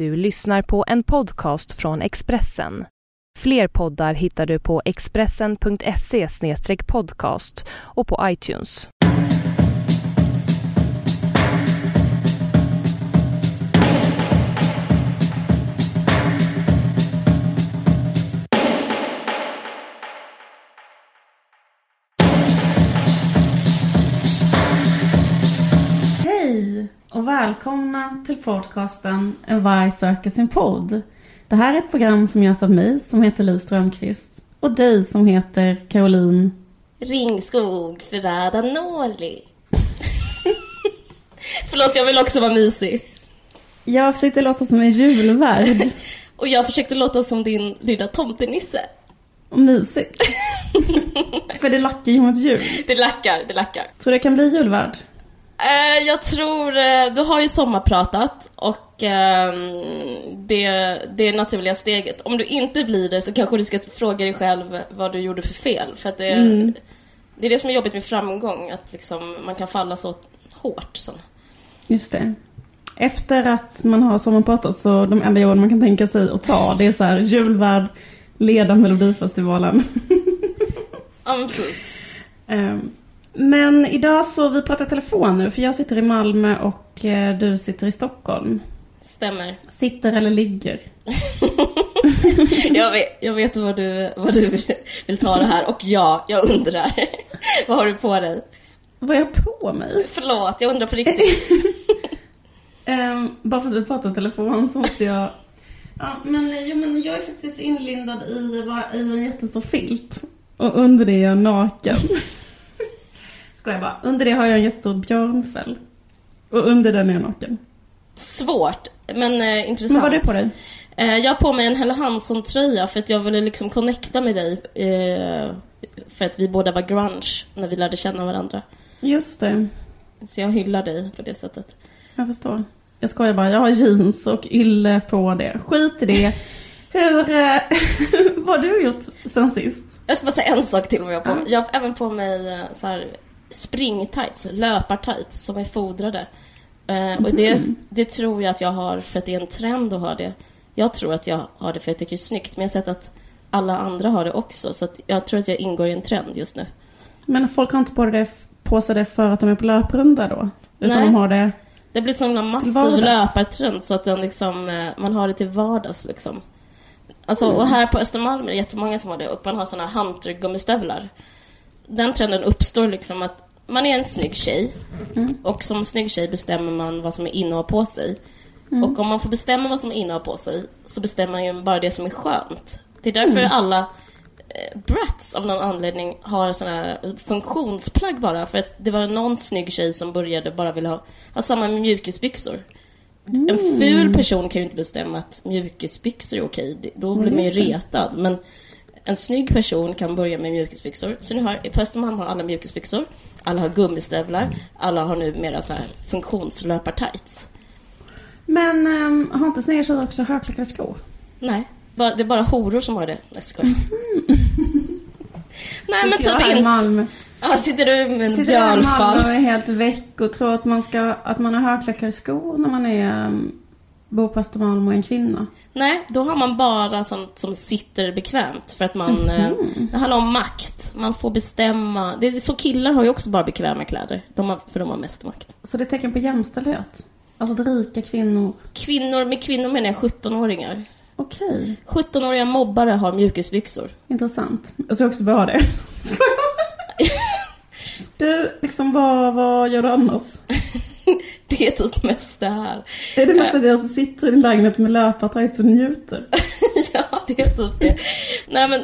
Du lyssnar på en podcast från Expressen. Fler poddar hittar du på expressen.se/podcast och på iTunes. Hej och välkomna till podcasten En varg söker sin podd. Det här är ett program som görs av mig som heter Liv Strömqvist och dig som heter Caroline Ringskog förräda Norli. Förlåt, jag vill också vara mysig. Jag försökte låta som en julvärd. Och jag försökte låta som din lilla tomtenisse. Och mysigt. För det lackar ju mot jul. Det lackar. Tror du jag kan bli julvärd? Jag tror, du har ju sommarpratat och det är naturliga steget. Om du inte blir det så kanske du ska fråga dig själv vad du gjorde för fel. För att det är det som är jobbigt med framgång, att liksom man kan falla så hårt. Så. Just det. Efter att man har sommarpratat så de enda ord man kan tänka sig att ta, det är så här: julvärd, leda Melodifestivalen. Ja, precis. Men idag så vi pratar telefon nu, för jag sitter i Malmö och du sitter i Stockholm. Stämmer. Sitter eller ligger? jag vet vad du vill ta det här. Och ja, jag undrar. Vad har du på dig? Vad är jag på mig? Förlåt, jag undrar på riktigt. Bara för att vi pratar telefon så måste jag... Ja, men jag är faktiskt inlindad i en jättestor filt. Och under det är jag naken. Ska jag bara. Under det har jag en jättestor björnfäll. Och under den är jag naken. Svårt, men intressant. Men vad har du på dig? Jag har på mig en Helle Hansson-tröja för att jag ville liksom connecta med dig. För att vi båda var grunge när vi lärde känna varandra. Just det. Så jag hyllar dig på det sättet. Jag förstår. Jag skojar bara, jag har jeans och ylle på det. Skit i det. Vad har du gjort sen sist? Jag ska bara säga en sak till vad jag har på mig. Jag har även på mig så här springtights, löpartights som är fodrade. Och det tror jag att jag har för att det är en trend att ha det. Jag tror att jag har det för att jag tycker det är snyggt. Men jag har sett att alla andra har det också. Så att jag tror att jag ingår i en trend just nu. Men folk har inte på sig det för att de är på löprunda då? Utan Nej. de har det... Det blir som en massiv löpartrend så att den liksom, man har det till vardags liksom. Alltså, och här på Östermalm är det jättemånga som har det. Och man har såna hunter-gummistövlar. Den trenden uppstår liksom att man är en snygg tjej. Och som snygg tjej bestämmer man vad som är inne och på sig. Och om man får bestämma vad som är inne och på sig, så bestämmer man ju bara det som är skönt. Det är därför alla brats av någon anledning har såna här funktionsplagg bara. För att det var någon snygg tjej som började bara vilja ha samma med mjukisbyxor. En ful person kan ju inte bestämma att mjukisbyxor är okej. Då blir man ju retad. Men en snygg person kan börja med mjukisbyxor. Så nu på Östermalm har alla mjukisbyxor. Alla har gummistövlar. Alla har nu mera så här funktionslöpartights. Men har inte snygga tjejer också högklackade skor? Nej, det är bara horor som har det. Jag skojar. Nej, men typ inte. Malmö. Ja, sitter du med en sitter björnfall? Sitter du i Malmö och är helt väck och tror att man har högklackade skor när man bor på Östermalm och en kvinna? Nej, då har man bara sånt som sitter bekvämt. För att man, det handlar om makt. Man får bestämma. Det är så killar har ju också bara bekväma kläder. För de har mest makt. Så det är tecken på jämställdhet? Alltså rika kvinnor? Med kvinnor menar jag 17-åringar. Okej. 17-åriga mobbare har mjukisbyxor. Intressant. Jag ska också bara det. Du, liksom vad gör du annars? Det är typ mest det här. Är det mest det att du sitter i din lägenhet med löpartights och njuter? Ja, det är typ det. Nej, men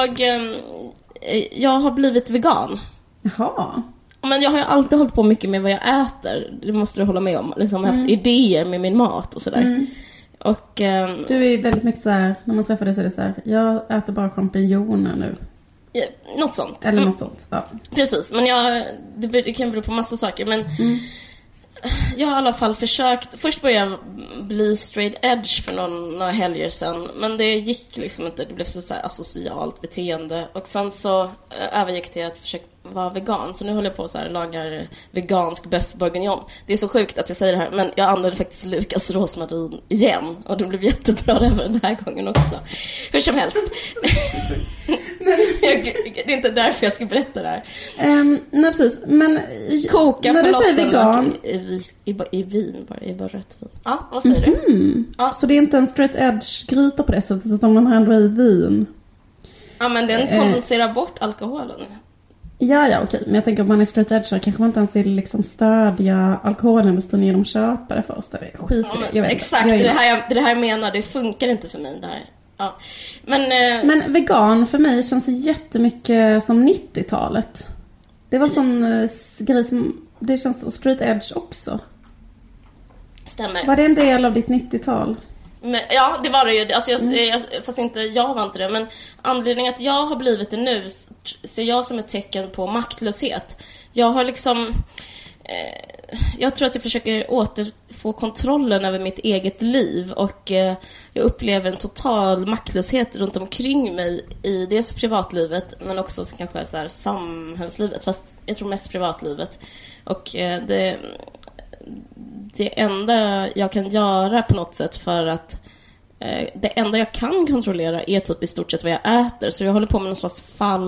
jag har blivit vegan. Jaha. Men jag har ju alltid hållit på mycket med vad jag äter. Det måste du hålla med om. Liksom haft idéer med min mat och sådär. Och, du är väldigt mycket så här, när man träffar dig så är det så här: jag äter bara champinjoner nu. Något sånt. Eller något sånt, ja. Precis, men det kan bero på massa saker. Men jag har i alla fall försökt. Först började jag bli straight edge för några helger sedan. Men det gick liksom inte. Det blev så här asocialt beteende. Och sen så övergick till att vara vegan. Så nu håller jag på så här lagar vegansk bœuf bourguignon. Det är så sjukt att jag säger det här, men jag använder faktiskt Lukas rosmarin igen. Och det blev jättebra även den här gången också. Hur som helst. Det är inte därför jag ska berätta det här. Nej, precis. Men koka när du säger vegan i vin, bara i bara rött vin. Ja, vad säger du? Ja. Så det är inte en straight edge gryta på det sättet, utan man har ändå i vin. Ja, men den kondenserar bort alkoholen. Ja, okej. Men jag tänker att man är straight edge så kanske man inte ens vill liksom stödja alkoholindustrin genom att köpa det först. Det är skit i det. Exakt, det här jag menar. Det funkar inte för mig det här. Ja. Men vegan för mig känns jättemycket som 90-talet. Det var sån grej som... Det känns straight edge också. Stämmer. Var det en del av ditt 90-tal? Men, ja, det var det ju. Alltså fast inte jag var inte det. Men anledningen att jag har blivit det nu ser jag som ett tecken på maktlöshet. Jag har liksom... jag tror att jag försöker återfå kontrollen över mitt eget liv. Och jag upplever en total maktlöshet runt omkring mig i dels privatlivet, men också kanske så här samhällslivet. Fast jag tror mest privatlivet. Och det enda jag kan göra på något sätt för att det enda jag kan kontrollera är typ i stort sett vad jag äter. Så jag håller på med någon slags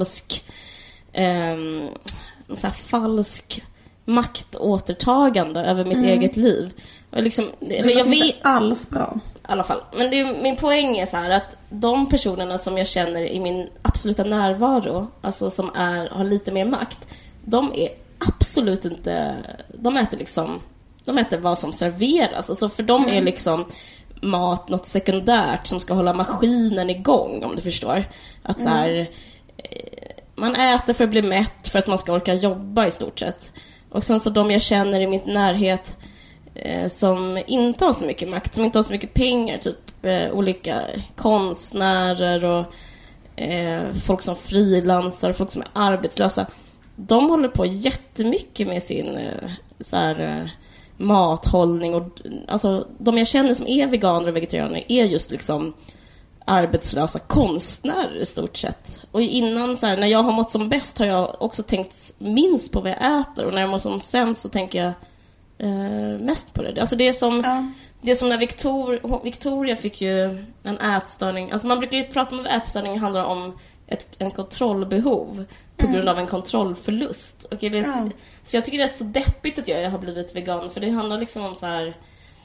falsk maktåtertagande över mitt eget liv. Och liksom, det är inte alls bra. I alla fall. Men min poäng är så här att de personerna som jag känner i min absoluta närvaro, alltså som har lite mer makt, de är absolut inte... De äter vad som serveras. Alltså för dem är liksom mat något sekundärt som ska hålla maskinen igång, om du förstår. Att så här, man äter för att bli mätt, för att man ska orka jobba i stort sett. Och sen så de jag känner i min närhet som inte har så mycket makt, som inte har så mycket pengar, typ olika konstnärer och folk som frilansar, folk som är arbetslösa, de håller på jättemycket med sin så här, mathållning. Och alltså de jag känner som är veganer och vegetarianer är just liksom arbetslösa konstnärer i stort sett. Och innan så här, när jag har mått som bäst har jag också tänkt minst på vad jag äter, och när jag mår som sämst så tänker jag mest på det. Alltså det är som när Victoria fick ju en ätstörning. Alltså man brukar ju prata om att ätstörning handlar om en kontrollbehov på grund av en kontrollförlust. Så jag tycker det är så deppigt att jag har blivit vegan, för det handlar liksom om så här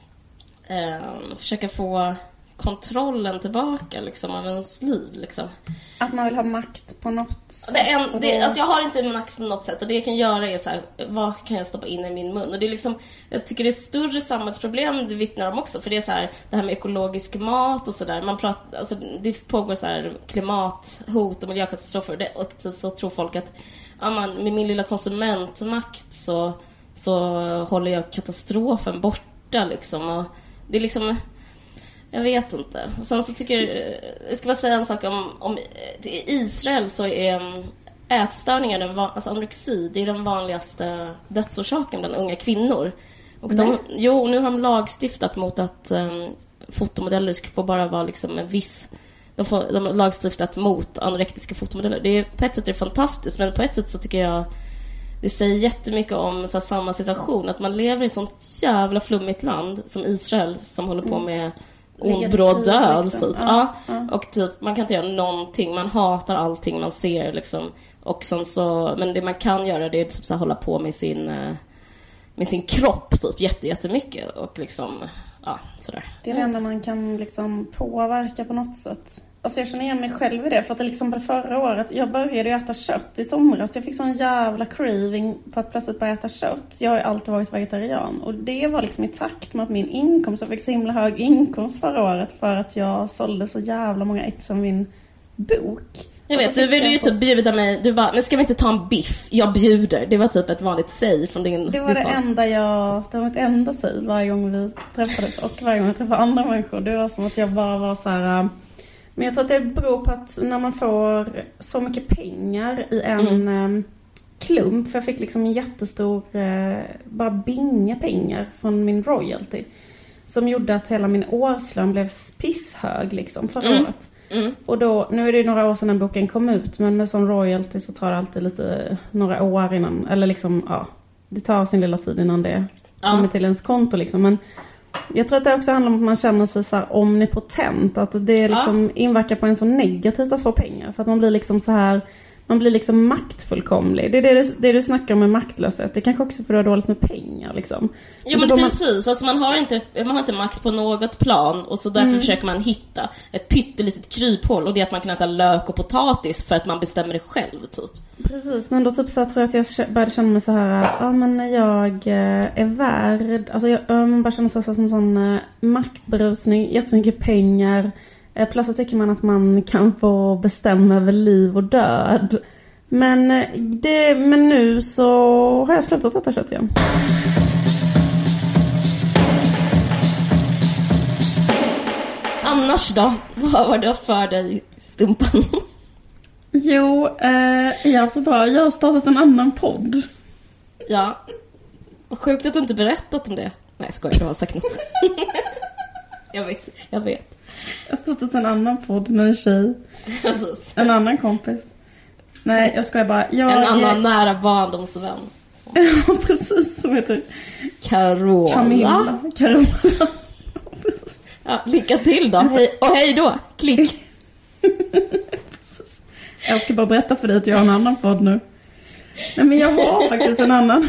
försöka få kontrollen tillbaka liksom av ens liv liksom. Att man vill ha makt på något sätt. Alltså jag har inte makt på något sätt, och det jag kan göra är så här, vad kan jag stoppa in i min mun? Och det är liksom, jag tycker det är ett större samhällsproblem, det vittnar om också, för det är så här, det här med ekologisk mat och så där. Man pratar, alltså det pågår så här klimathot och miljökatastrofer, och så tror folk att med min lilla konsumentmakt så håller jag katastrofen borta liksom. Och det är liksom, jag vet inte. Och sen så tycker jag ska bara säga en sak om i Israel så är ätstörningar, alltså anorexi, det är den vanligaste dödsorsaken bland unga kvinnor. Och nu har de lagstiftat mot att fotomodeller får bara vara liksom en viss... De har lagstiftat mot anorektiska fotomodeller. Det är, på ett sätt är det fantastiskt, men på ett sätt så tycker jag det säger jättemycket om så här, samma situation, att man lever i ett sånt jävla flummigt land som Israel som håller på med ond bråd död liksom. Typ. Ja. Och typ, man kan inte göra någonting, man hatar allting man ser liksom. Och sen så, men det man kan göra det är typ så här, hålla på med sin kropp typ jättemycket och liksom sådär. Det är det enda man kan liksom påverka på något sätt. Alltså jag känner igen mig själv i det, för att det liksom förra året, jag började äta kött i somras. Jag fick sån jävla craving på att plötsligt börja äta kött. Jag har ju alltid varit vegetarian, och det var liksom i takt med att min inkomst, jag fick så himla hög inkomst förra året för att jag sålde så jävla många ex av min bok. Jag vet, du ville ju typ bjuda mig, du bara, men ska vi inte ta en biff? Jag bjuder. Det var typ ett vanligt säg från din... Det var det var mitt enda säg varje gång vi träffades, och varje gång jag träffade andra människor. Det var som att jag bara var så här... Men jag tror att det beror på att när man får så mycket pengar i en klump, för jag fick liksom en jättestor bara binga pengar från min royalty, som gjorde att hela min årslön blev pisshög liksom förra året. Och då, nu är det ju några år sedan den boken kom ut, men med sån royalty så tar det alltid lite några år innan, eller liksom, ja, det tar sin lilla tid innan det kommer till ens konto liksom. Men jag tror att det också handlar om att man känner sig så här omnipotent, att det liksom inverkar på en så negativt att få pengar, för att man blir liksom så här, man blir liksom maktfullkomlig. Det är det du snackar om med maktlöshet. Det kanske också för att du har dåligt med pengar liksom. Jo, men precis. Alltså man har inte makt på något plan, och så därför försöker man hitta ett pyttelitet kryphål, och det är att man kan äta lök och potatis för att man bestämmer det själv typ. Precis, men då typ så tror jag att jag började känna mig så här, ja men jag är värd, alltså jag bara känner så som sån maktberusning, jättemycket pengar. Plötsligt tycker man att man kan få bestämma över liv och död. Men nu så har jag slutat äta kött igen. Annars då? Vad var det för dig, Stumpan? Jo, jag har startat en annan podd. Ja. Vad sjukt att du inte berättat om det. Nej, skojar, du har sagt något. Jag vet. Jag har startat en annan podd med en tjej. En annan kompis. Nej, jag skojar bara. En annan nära barndomsvän. Ja, precis, som heter Carola. Ja, lycka till då. Hej då. Klick. Jag ska bara berätta för dig att jag har en annan podd nu. Nej, men jag har faktiskt en annan.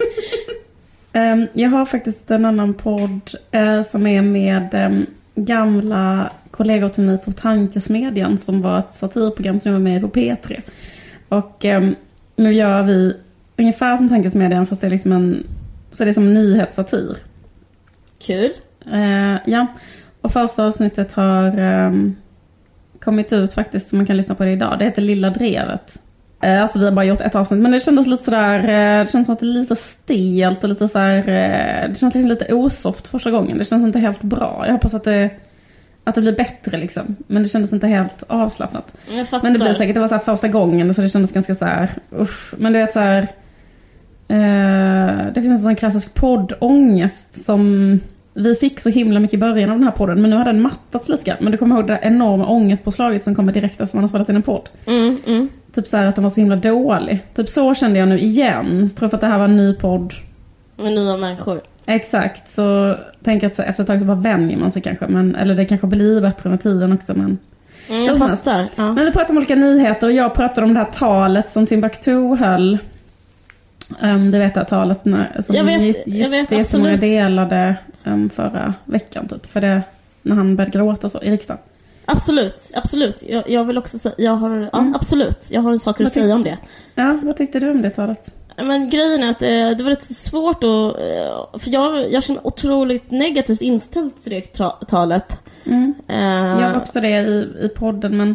Jag har faktiskt en annan podd som är med gamla kollegor till mig på Tankesmedjan, som var ett satirprogram som jag var med på P3. Och nu gör vi ungefär som Tankesmedjan, fast det är liksom så det är som nyhetssatir. Kul. Ja, och första avsnittet har kommit ut faktiskt, så man kan lyssna på det idag. Det heter Lilla Drevet. Alltså vi har bara gjort ett avsnitt, men det kändes lite sådär, det känns som att det är lite stelt och lite såhär, det känns lite osoft första gången. Det känns inte helt bra. Jag hoppas att det blir bättre liksom, men det kändes inte helt avslappnat. Men det blir säkert, det var så här första gången, så det kändes ganska så här, usch. Men du vet så här, det finns en sån klassisk poddångest som vi fick så himla mycket i början av den här podden, men nu har den mattats lite grann. Men du kommer ihåg det enorma ångestpåslaget som kommer direkt efter man har spelat in en podd. Typ så här att den var så himla dålig. Typ så kände jag nu igen. Tror för att det här var en ny podd med nya människor. Exakt, så tänker jag att efter ett tag så bara vänjer man sig kanske, men, eller det kanske blir bättre med tiden också, men jag fattar. Ja. Men vi pratar om olika nyheter, och jag pratade om det här talet som Timbuktu höll. Du vet det här talet som jag vet det som jag delade förra veckan typ, för det när han började gråta så i riksdagen. Absolut. Jag vill också säga, absolut. Jag har en sak att säga om det. Ja, vad tyckte du om det talet? Men grejen är att det var rätt svårt att, för jag känner otroligt negativt inställd till det talet. Jag var också det i podden, men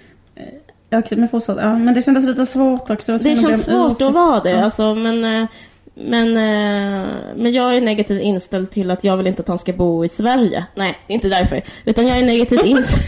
men det kändes lite svårt också. Det känns svårt att vara det, alltså, men jag är negativt inställd till att jag vill inte att han ska bo i Sverige. Nej, det är inte därför. Utan jag är negativt inställd.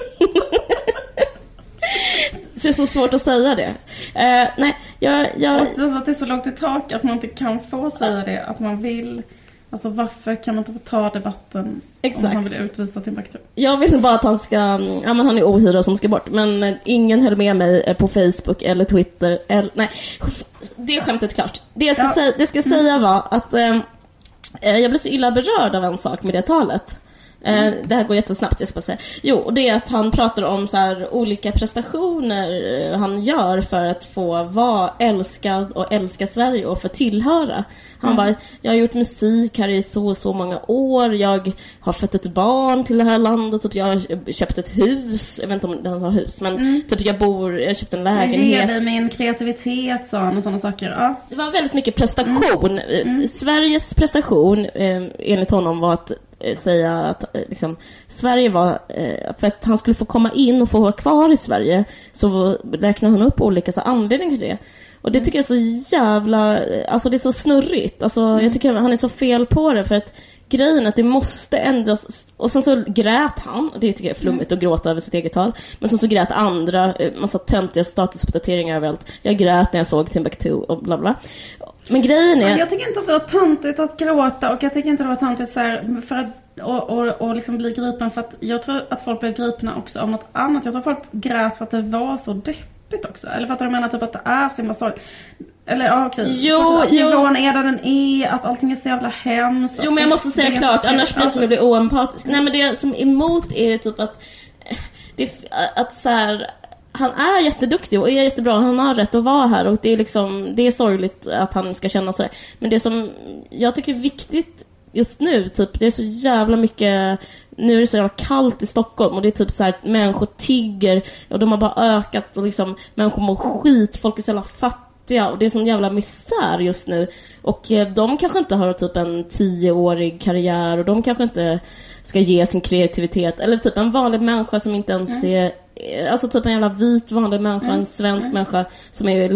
Så det är så svårt att säga det. Nej, att det är så långt i tak att man inte kan få säga det. Att man vill. Alltså varför kan man inte få ta debatten? Exakt. Om man vill utvisa Timbuktu? Jag vill bara att han ska, ja men han är ohyra som ska bort. Men ingen höll med mig på Facebook eller Twitter nej, det är skämtet klart. Det jag ska säga var att jag blev så illa berörd av en sak med det talet. Det här går jättesnabbt, jag ska bara säga. Jo, och det är att han pratar om så här olika prestationer han gör för att få vara älskad och älska Sverige och få tillhöra. Han bara, jag har gjort musik här i så många år. Jag har fött ett barn till det här landet. Typ jag har köpt ett hus. Jag vet inte om han sa hus, men typ jag har köpt en lägenhet. Jag min kreativitet, sa han, och sådana saker. Ja. Det var väldigt mycket prestation. Sveriges prestation, enligt honom, var att säga att liksom, Sverige var, för att han skulle få komma in och få vara kvar i Sverige, så räknar han upp olika så anledningar till det. Och det tycker jag är så jävla, alltså det är så snurrigt. Alltså jag tycker han är så fel på det, för att grejen är att det måste ändras. Och sen så grät han, och det tycker jag är flummigt att gråta över sitt eget tal. Men sen så grät andra, massa töntiga statusuppdateringar överallt. Jag grät när jag såg Timbuktu och bla bla. Men grejen är... Jag tycker inte att det var töntigt att gråta, och jag tycker inte det var töntigt så här, för att och liksom bli gripen, för att jag tror att folk blev gripna också av något annat. Jag tror att folk grät för att det var så deppigt också. Eller för att de menar typ att det är så himla sorgligt. Eller ja, okej. Nivån är där den är, att allting är så jävla hemskt. Jo, men jag måste säga klart, annars blir det som jag blir oempatisk. Nej, men det som är emot är typ att så här, han är jätteduktig och är jättebra, han har rätt att vara här, och det är liksom, det är sorgligt att han ska känna så här. Men det som jag tycker är viktigt just nu, typ, det är så jävla mycket, nu är det så jävla kallt i Stockholm, och det är typ så här, människor tigger och de har bara ökat, och liksom människor mår skit, folk är så jävla fattiga, och det är sån jävla misär just nu, och de kanske inte har typ en 10-årig karriär, och de kanske inte ska ge sin kreativitet, eller typ en vanlig människa som inte ens är, alltså typ en jävla vit vanlig människa, en svensk människa som är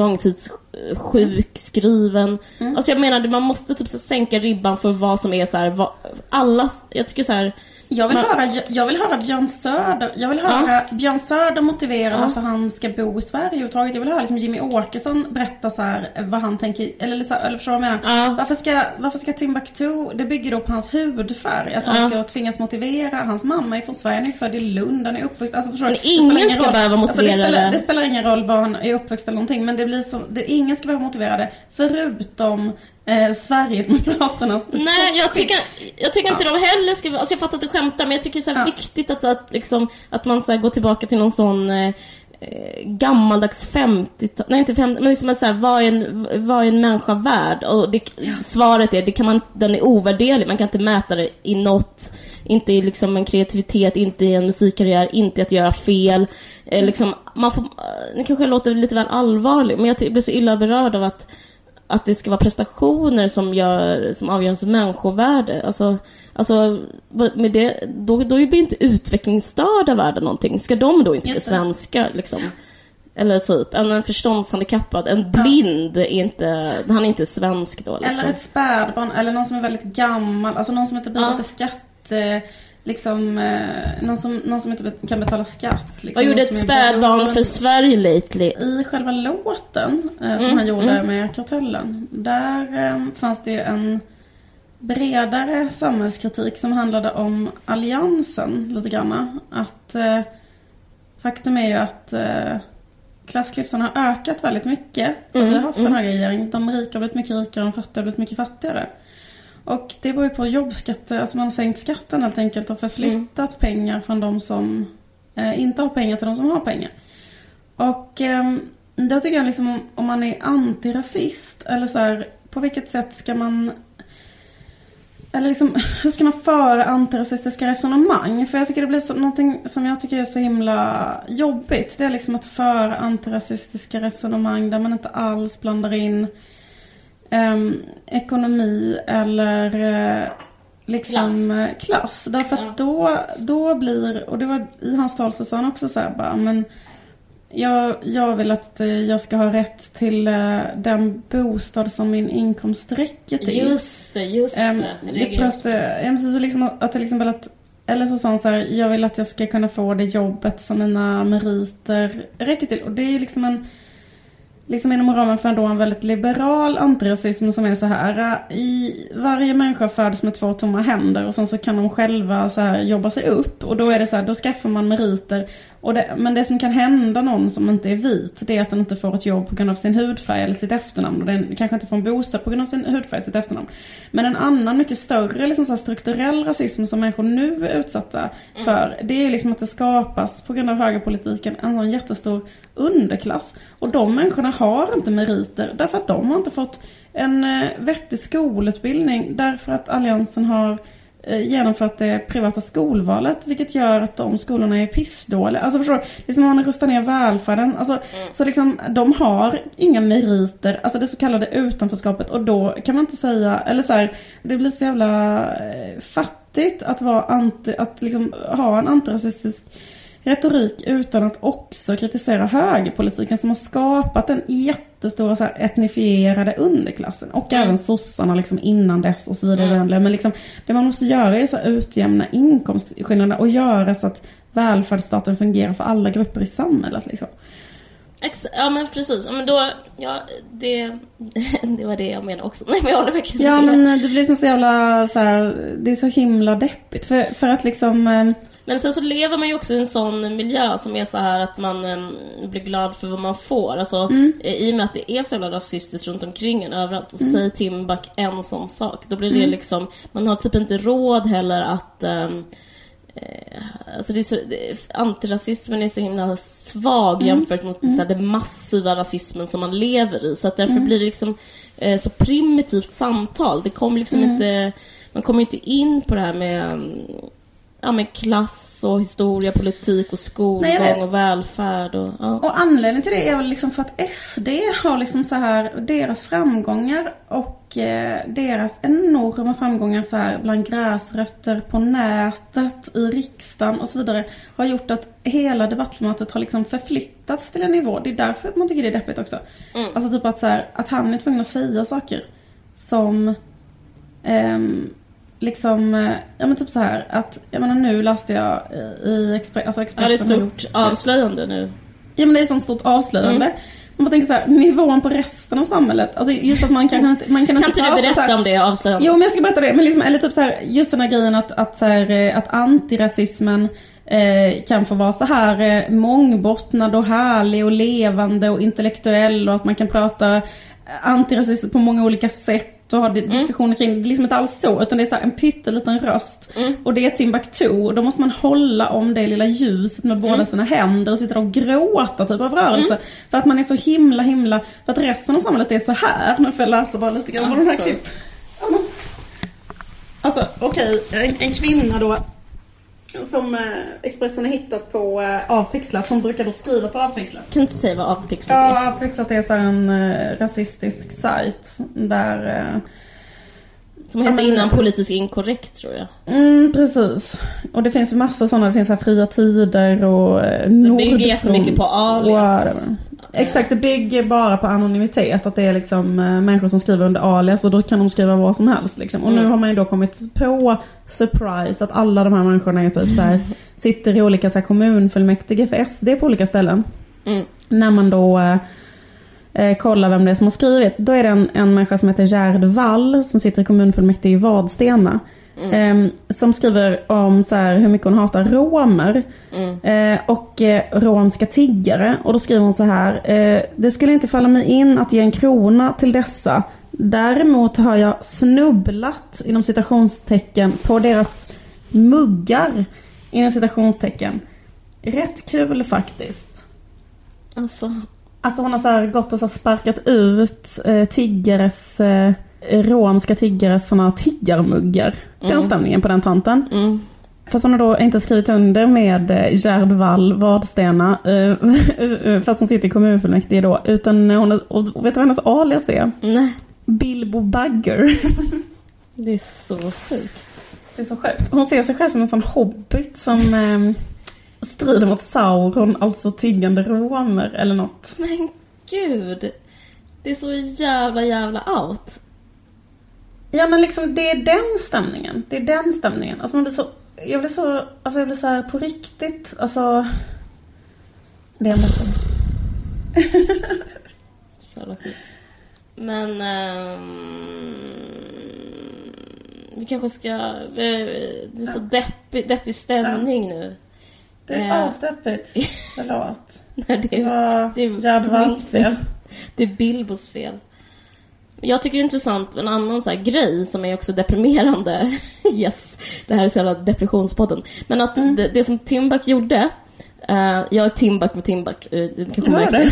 långtidssjukskriven. Alltså jag menar, man måste typ så sänka ribban för vad som är så här, alla, jag tycker så här. Jag vill höra Björn Söder. Jag vill höra Björn Söder motivera varför han ska bo i Sverige överhuvudtaget. Jag vill höra liksom Jimmy Åkesson berätta så här vad han tänker, eller förstår vad jag menar. Varför ska Timbuktu, det bygger då på hans hudfärg, att han ska tvingas motivera. Hans mamma är från Sverige, han är född i Lund, han är uppvuxen, alltså förstår. Men ingen ska behöva motivera det. Det spelar ingen roll var han är uppvuxen eller någonting, men det blir så, ingen ska behöva motivera det förutom Sverigedemokraternas. Nej, jag tycker inte de heller ska, alltså jag fattar att du skämtar, men jag tycker det är så viktigt att man så här går tillbaka till någon sån gammaldags 50, nej inte 50, men liksom så här, vad är en människa värd? Och svaret är, den är ovärderlig, man kan inte mäta det i något, inte i liksom en kreativitet, inte i en musikkarriär, inte att göra fel, liksom, det kanske låter lite väl allvarligt, men jag blir så illa berörd av att det ska vara prestationer som avgör som människovärde. Alltså med det, då blir inte utvecklingsstörda värda någonting. Ska de då inte bli svenska liksom? Eller typ en förståndshandikappad, en blind är inte, han är inte svensk då liksom. Eller ett spädbarn, eller någon som är väldigt gammal, alltså någon som inte bidrar till skatt, liksom någon som inte kan betala skatt liksom. Vad gjorde ett spädbarn för Sverige lately? I själva låten som han gjorde med Kartellen, där fanns det en bredare samhällskritik som handlade om alliansen lite grann. Att faktum är ju att klassklyftorna har ökat väldigt mycket. Att vi har haft en högerregering. De rika har blivit mycket rikare och de fattiga har blivit mycket fattigare. Och det beror ju på jobbskatter, alltså man har sänkt skatten helt enkelt och förflyttat pengar från de som inte har pengar till de som har pengar. Och då tycker jag liksom, om man är antirasist, eller så här, på vilket sätt ska man, eller liksom, hur ska man föra antirasistiska resonemang? För jag tycker det blir någonting som jag tycker är så himla jobbigt. Det är liksom att föra antirasistiska resonemang där man inte alls blandar in ekonomi eller liksom klass. Därför att då blir, och det var i hans tal så sa han också så här, bara, men jag vill att jag ska ha rätt till den bostad som min inkomst räcker till. Just det. Så liksom att det liksom väl eller så sa han så här, jag vill att jag ska kunna få det jobbet som mina meriter räcker till. Och det är liksom inom ramen för en väldigt liberal antirasism som är så här, i varje människa föds med 2 tomma händer och sen så kan de själva så här jobba sig upp, och då är det så här, då skaffar man meriter, men det som kan hända någon som inte är vit, det är att den inte får ett jobb på grund av sin hudfärg eller sitt efternamn, och den kanske inte får en bostad på grund av sin hudfärg och sitt efternamn. Men en annan mycket större liksom så här strukturell rasism som människor nu är utsatta för, det är liksom att det skapas på grund av högerpolitiken en sån jättestor underklass, och de människorna har inte meriter därför att de har inte fått en vettig skolutbildning, därför att alliansen har genomfört det privata skolvalet, vilket gör att de skolorna är pissdåliga. Alltså förstår du, liksom man rustar ner välfärden, alltså, så liksom de har inga meriter, alltså det så kallade utanförskapet, och då kan man inte säga, eller så här, det blir så jävla fattigt att vara att liksom ha en antirasistisk retorik utan att också kritisera högerpolitiken som har skapat en jättestora så här etnifierade underklassen, och även sossarna liksom innan dess och så vidare. Men liksom, det man måste göra är så utjämna inkomstskillnaderna och göra så att välfärdsstaten fungerar för alla grupper i samhället liksom. Ja, men precis. Ja, men då, ja, det var det jag menade också. Nej, men jag håller verkligen Ja, med. men det blir så jävla... det är så himla deppigt. För att liksom... Men sen så lever man ju också i en sån miljö som är så här att man blir glad för vad man får. Alltså, i och med att det är så jävla rasistiskt runt omkring en överallt. Och så säger Timbuk en sån sak. Då blir det liksom... Man har typ inte råd heller att... alltså antirasismen är så himla svag jämfört mot så här, den massiva rasismen som man lever i. Så att därför blir det liksom så primitivt samtal. Det kommer liksom inte... Man kommer inte in på det här med klass och historia, politik och skolgång och välfärd och anledningen till det är väl liksom för att SD har liksom så här deras framgångar och deras enorma framgångar så här bland gräsrötter på nätet, i riksdagen och så vidare har gjort att hela debattklimatet har liksom förflyttats till en nivå. Det är därför man tycker det är deppigt också. Alltså typ att så här, att han är tvungen att säga saker som liksom, ja men typ så här att, jag menar nu läste jag i Expressen. Ja, det är stort avslöjande nu. Ja, men det är sånt stort avslöjande. Man tänker så här, nivån på resten av samhället. Alltså just att man kan inte kan inte du berätta här, om det avslöjandet? Jo, men jag ska berätta det. Men liksom, eller typ så här, just den här grejen att så här, att antirasismen kan få vara så här mångbottnad och härlig och levande och intellektuell, och att man kan prata antirasism på många olika sätt och ha diskussioner kring det. Liksom inte alls så, utan det är så här en pytteliten röst. Och det är Timbuktu, och då måste man hålla om det lilla ljuset med båda sina händer och sitta och gråta typ av rörelse. För att man är så himla, för att resten av samhället är så här. Nu får jag läsa bara lite grann på den här klipp. Alltså, okej, en kvinna då som Expressen har hittat på Avpixlat. Hon brukar då skriva på Avpixlat. Kan du inte säga vad Avpixlat är? Ja, Avpixlat är så en rasistisk sajt där... som heter innan politiskt inkorrekt, tror jag. Precis. Och det finns ju massor sådana. Det finns så här Fria Tider och Nordfront. Det bygger jättemycket på alias. Exakt, det bygger bara på anonymitet. Att det är liksom människor som skriver under alias, och då kan de skriva vad som helst liksom. Och nu har man ju då kommit på surprise att alla de här människorna är typ så här, sitter i olika så här kommunfullmäktige för SD på olika ställen. När man då kollar vem det är som har skrivit, då är det en människa som heter Gerd Wall som sitter i kommunfullmäktige i Vadstena. Som skriver om så här, hur mycket hon hatar romer och romska tiggare. Och då skriver hon så här: det skulle inte falla mig in att ge en krona till dessa. Däremot har jag snubblat inom citationstecken på deras muggar inom citationstecken. Rätt kul faktiskt. Alltså hon har så här gått och så sparkat ut tiggares romska tiggares såna tiggarmuggar. Den stämningen på den tanten. Fast hon har då inte skrivit under med Gerd Wall Vadstena fast hon sitter i kommunfullmäktige då, utan hon och vet du vad hennes alias är? Nej. Bilbo Bagger. Det är så sjukt. Det är så sjukt. Hon ser sig själv som en sån hobbit som strider mot Sauron, alltså tiggande romer eller något. Men gud, det är så jävla out. Ja, men liksom det är den stämningen. Det är den stämningen. Alltså man blir så, jag blir så här på riktigt, alltså det är måste. Så jävla sjukt. Men vi kanske ska det är så deppig stämning nu. Det är asdeppigt. Förlåt. Nej, det är Gerd Walls fel. Det är Bilbos fel. Jag tycker det är intressant en annan så här grej som är också deprimerande. Yes, det här är så jävla depressionspodden. Men att det som Timbuk gjorde, jag är Timbuk med Timbuk, kanske märkte.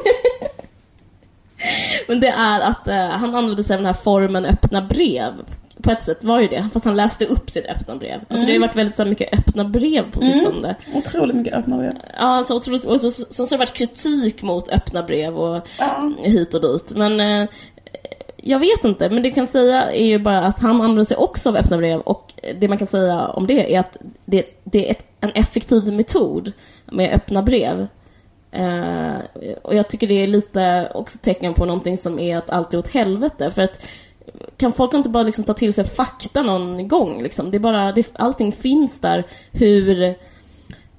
Men det är att han använde sig av den här formen öppna brev. På ett sätt var ju det, fast han läste upp sitt öppna brev. Alltså det har ju varit väldigt så mycket öppna brev på sistone. Otroligt mycket öppna brev. Ja, så otroligt. Och så har det varit kritik mot öppna brev och hit och dit. Men jag vet inte, men det kan säga är ju bara att han använder sig också av öppna brev. Och det man kan säga om det är att det är en effektiv metod med öppna brev. Och jag tycker det är lite också tecken på någonting som är att allt är åt helvete. För att kan folk inte bara liksom ta till sig fakta någon gång liksom? Det är bara, allting finns där.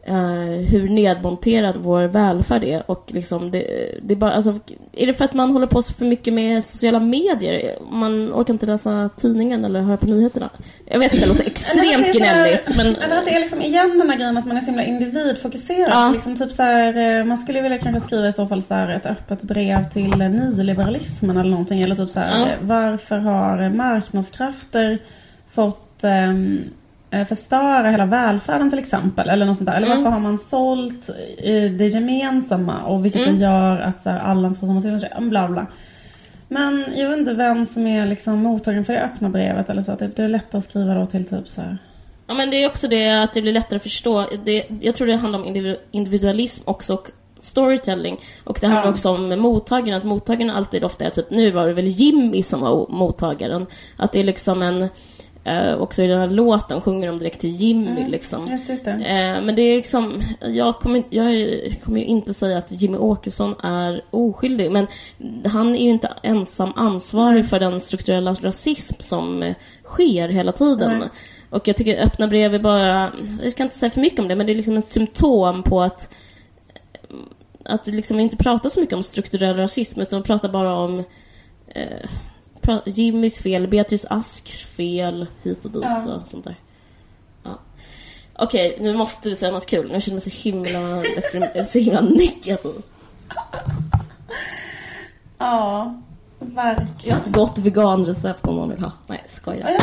hur nedmonterad vår välfärd är. Och liksom det är bara, alltså, är det för att man håller på så för mycket med sociala medier? Man orkar inte läsa tidningen eller höra på nyheterna. Jag vet inte, det låter extremt gnälligt. Eller att det är liksom igen den här grejen att man är så himla individfokuserad. Ja. Liksom typ så här, man skulle vilja kanske skriva i så fall så här ett öppet brev till nyliberalismen eller någonting. Eller typ så här, varför har marknadskrafter fått förstöra hela välfärden till exempel, eller något sånt där. Eller varför har man sålt det gemensamma, och vilket det gör att så här, alla får samma situation, bla bla. Men jag vet inte vem som är liksom mottagaren för det öppna brevet eller så, att det är lättare att skriva då till typ så här. Ja, men det är också det att det blir lättare att förstå. Jag tror det handlar om individualism också, och storytelling. Och det handlar också om mottagaren. Att mottagaren alltid ofta är typ, nu var det väl Jimmy som var mottagaren. Att det är liksom en... också i den här låten sjunger de direkt till Jimmy liksom. Just det. Men det är liksom, jag kommer ju inte säga att Jimmy Åkesson är oskyldig, men han är ju inte ensam ansvarig för den strukturella rasism som sker hela tiden. Och jag tycker öppna brev är bara, jag kan inte säga för mycket om det, men det är liksom ett symptom på att liksom inte prata så mycket om strukturell rasism, utan prata bara om Jimmys fel, Beatrice Asks fel, hit och dit och sånt där. Ja. Okej, nu måste du säga något kul. Nu känner jag mig så himla negativ. Ja, verkligen. Jag har ett gott veganrecept om någon vill ha. Nej, skojar.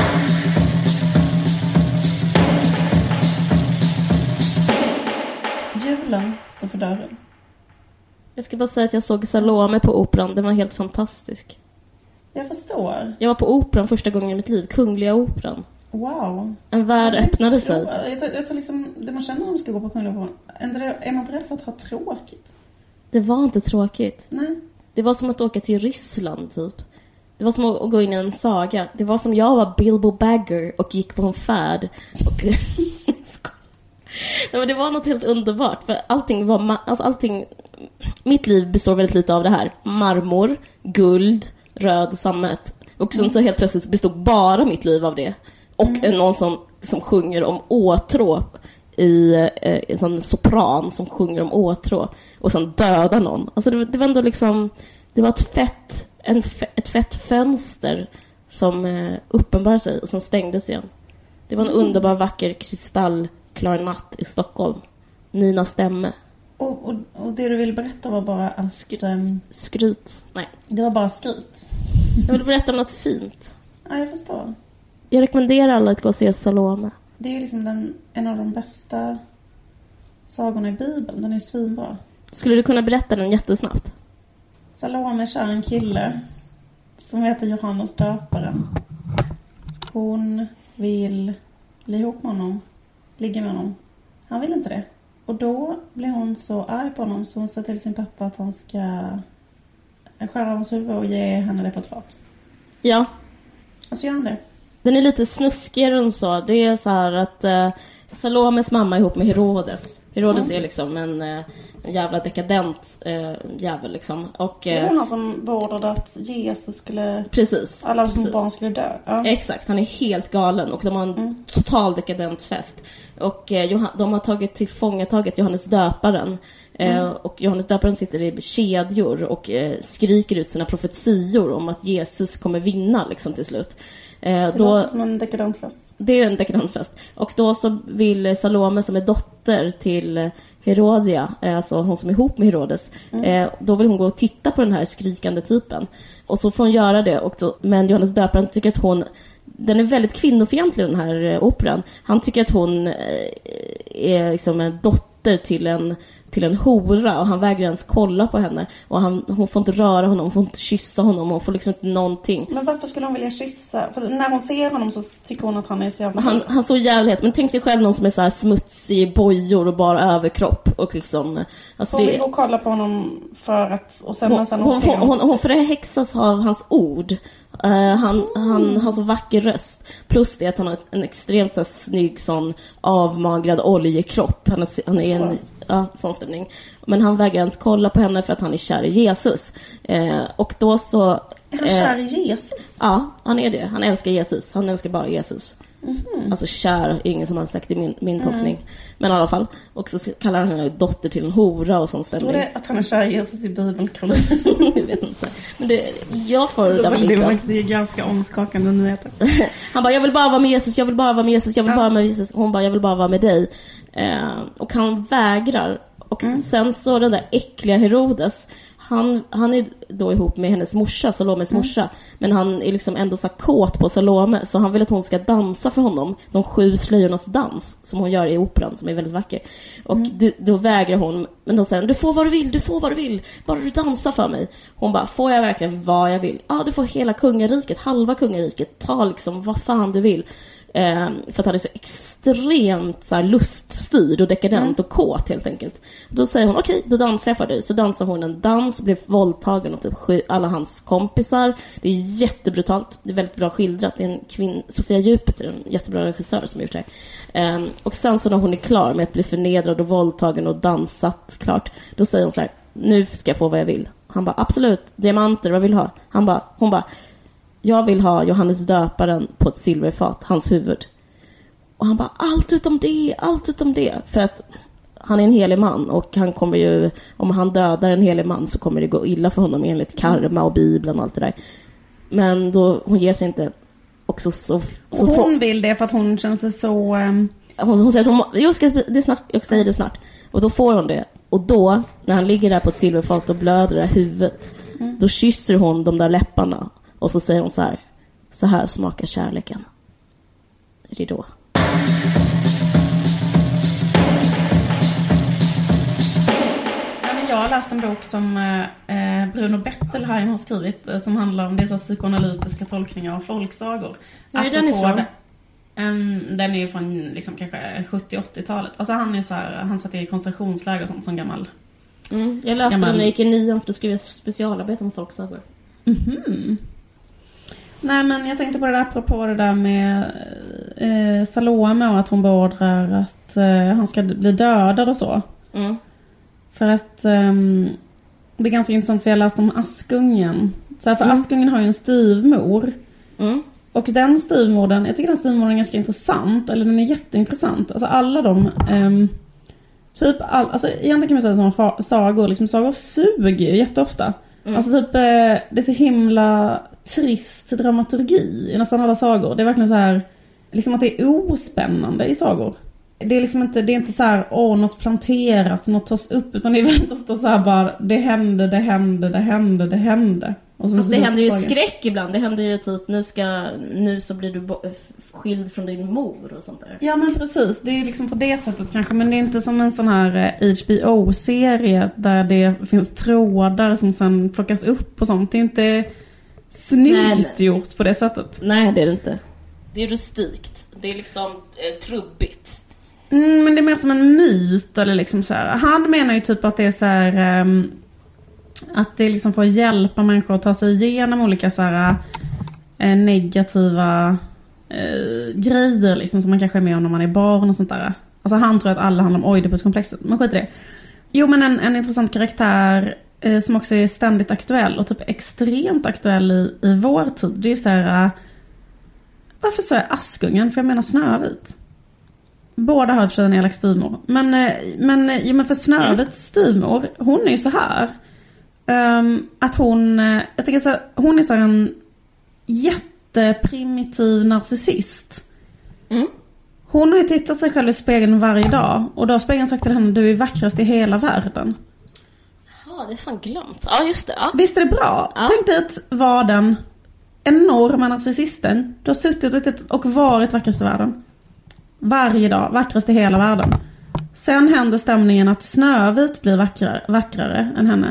Julen står för dörren. Jag ska bara säga att jag såg Salome på Operan. Den var helt fantastisk. Jag förstår. Jag var på Operan första gången i mitt liv. Kungliga Operan. Wow. En värld öppnade sig. Jag tror liksom, det man känner när man ska gå på Kungliga Operan, är man inte rädd för att ha tråkigt? Det var inte tråkigt. Nej. Det var som att åka till Ryssland typ. Det var som att gå in i en saga. Det var som jag var Bilbo Bagger och gick på en färd. Och nej, men det var något helt underbart. För allting var... Mitt liv består väldigt lite av det här. Marmor, guld, röd sammet. Och så helt plötsligt bestod bara mitt liv av det. Och någon som sjunger om åtrå i en sån sopran som sjunger om åtrå. Och sen dödar någon. Alltså det var ändå liksom... Det var ett fett fönster som uppenbarade sig och sen stängdes igen. Det var en underbar, vacker kristallklar natt i Stockholm. Nina Stämme. Och det du vill berätta var bara att... Skryt. Nej. Det var bara skryt. Jag vill berätta om något fint. Ja, jag förstår. Jag rekommenderar alla att gå och se Salome. Det är ju liksom en av de bästa sagorna i Bibeln. Den är ju svinbra. Skulle du kunna berätta den jättesnabbt? Salome kör en kille som heter Johannes döparen. Hon vill bli ihop med honom. Ligga med honom. Han vill inte det. Och då blir hon så arg på honom så hon säger till sin pappa att han ska skära av hans huvud och ge henne det på ett fat. Ja. Och så gör han det. Den är lite snuskigare än så. Det är så här att Salomes mamma är ihop med Herodes. Herodes är liksom en jävla dekadent jävel liksom. Och, det var han som beordrade att Jesus skulle... Precis. Alla små barn skulle dö. Ja. Exakt, han är helt galen. Och de har en total dekadent fest. Och de har tagit tillfångataget Johannes döparen. Och Johannes döparen sitter i kedjor och skriker ut sina profetior om att Jesus kommer vinna liksom till slut. Det låter som en dekadent fest. Det är en dekadent fest. Och då så vill Salome, som är dotter till Herodia, alltså hon som är ihop med Herodes, då vill hon gå och titta på den här skrikande typen. Och så får hon göra det. Men Johannes döparen tycker att den är väldigt kvinnofientlig, den här operan. Han tycker att hon är liksom en dotter till en hora, och han vägrar ens kolla på henne, och hon får inte röra honom, hon får inte kyssa honom, hon får liksom inte någonting. Men varför skulle hon vilja kyssa? För när hon ser honom så tycker hon att han är så jävla... Han så jävligt, men tänk dig själv någon som är så här smutsig, bojor och bara överkropp och liksom... Alltså hon vill gå och kolla på honom för att... Och sen hon förhäxas av hans ord. Han har så vacker röst. Plus det att han har en extremt så snygg sån avmagrad oljekropp. Han är en... Ja, sån stämning. Men han vägrar ens kolla på henne för att han är kär i Jesus. Och då så... Är han kär i Jesus? Ja, han är det. Han älskar Jesus. Han älskar bara Jesus. Alltså kär är ingen som har sagt i min tolkning. Men i alla fall. Och så kallar han henne dotter till en hora och sån stämning. Står det att han är kär i Jesus i Bibeln, Caroline? Jag vet inte. Men jag får så det var faktiskt ganska omskakande nyheter. Han bara, jag vill bara vara med Jesus, jag vill bara vara med Jesus, jag vill bara vara med Jesus. Hon bara, jag vill bara vara med dig. Och han vägrar. Och sen så den där äckliga Herodes, han är då ihop med hennes morsa, Salomes morsa. Men han är liksom ändå så kåt på Salome. Så han vill att hon ska dansa för honom. De 7 slöjornas dans som hon gör i operan, som är väldigt vacker. Och då vägrar hon. Men då säger han, du får vad du vill. Bara du dansar för mig. Hon bara, får jag verkligen vad jag vill? Ja, du får hela kungariket, halva kungariket. Ta liksom vad fan du vill. För att han är så extremt så här, luststyrd och dekadent och kåt helt enkelt. Då säger hon, okej, då dansar jag för dig. Så dansar hon en dans, blir våldtagen och typ alla hans kompisar. Det är jättebrutalt, det är väldigt bra skildrat. Det är en Sofia Jupiter, en jättebra regissör som har gjort det. Och sen så när hon är klar med att bli förnedrad och våldtagen och dansat klart, då säger hon så här, nu ska jag få vad jag vill. Han bara, absolut, diamanter, vad vill du ha? Hon bara, jag vill ha Johannes döparen på ett silverfat, hans huvud. Och han bara, allt utom det. För att han är en helig man och han kommer ju, om han dödar en helig man så kommer det gå illa för honom enligt karma och Bibeln och allt det där. Men då, hon ger sig inte. Och så hon vill det för att hon känner sig så... Hon säger att jag säger det snart. Och då får hon det. Och då, när han ligger där på ett silverfat och blöder det huvudet, då kysser hon de där läpparna. Och så säger hon så här smakar kärleken. Är det då? Jag har läst en bok som Bruno Bettelheim har skrivit som handlar om dessa psykoanalytiska tolkningar av folksagor. Var är den ifrån? Den är ju från liksom, kanske 70-80-talet. Alltså han är så här, han satt i koncentrationsläger och sånt som gammal. Jag läste den när jag gick i 9 för då skrev jag specialarbete om folksagor. Nej, men jag tänkte på det där apropå det där med Salome och att hon beordrar att han ska bli dödad och så. För att det är ganska intressant, för jag läste om Askungen. Så här, för Askungen har ju en styvmor. Och den styvmorden, jag tycker den styvmorden är ganska intressant. Eller den är jätteintressant. Alltså alla de alltså egentligen kan man säga som sagor. Liksom, sagor suger jätteofta. Alltså typ det är så himla trist dramaturgi i nästan alla sagor. Det är verkligen så här liksom att det är ospännande i sagor. Det är liksom inte, det är inte så här något planteras, något tas upp, utan det är väldigt ofta så här bara det hände. Och fast det händer ju skräck ibland. Det händer ju typ nu så blir du skild från din mor och sånt där. Ja, men precis. Det är liksom på det sättet kanske, men det är inte som en sån här HBO-serie där det finns trådar som sen plockas upp och sånt. Det är inte snyggt gjort på det sättet. Nej, det är det inte. Det är rustikt. Det är liksom trubbigt. Men det är mer som en myt eller liksom så här. Han menar ju typ att det är så här att det är liksom för att hjälpa människor att ta sig igenom olika så här negativa grejer liksom som man kanske är med om när man är barn och sånt där. Alltså han tror att alla handlar om Oidipuskomplexet, men skit i det. Jo, men en intressant karaktär som också är ständigt aktuell och typ extremt aktuell i vår tid. Det är ju så här, varför så är Askungen? För jag menar Snövit. Båda har för en elak styvmor. Men för Snövits styvmor, hon är ju så här att hon, jag tycker så här, hon är så här en jätteprimitiv narcissist. Hon har ju tittat sig själv i spegeln varje dag och då har spegeln sagt till henne, du är vackrast i hela världen. Ja, det är fan glömt. Ja, just det. Ja. Visst är det bra? Ja. Tänk dig att vara den enorma narcissisten. Du har suttit och varit vackrast i världen. Varje dag, vackrast i hela världen. Sen händer stämningen att Snövit blir vackrare än henne.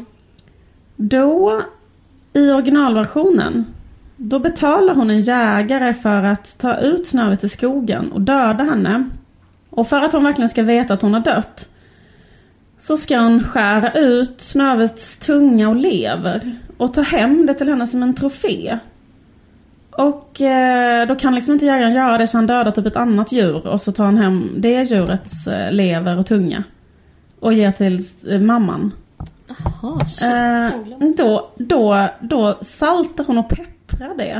Då, i originalversionen, då betalar hon en jägare för att ta ut Snövit i skogen och döda henne. Och för att hon verkligen ska veta att hon har dött, så ska hon skära ut Snövits tunga och lever och ta hem det till henne som en trofé. Och då kan liksom inte jägaren göra det, så han dödar typ ett annat djur och så tar han hem det djurets lever och tunga och ger till mamman. Jaha, shit. Då saltar hon och pepprar det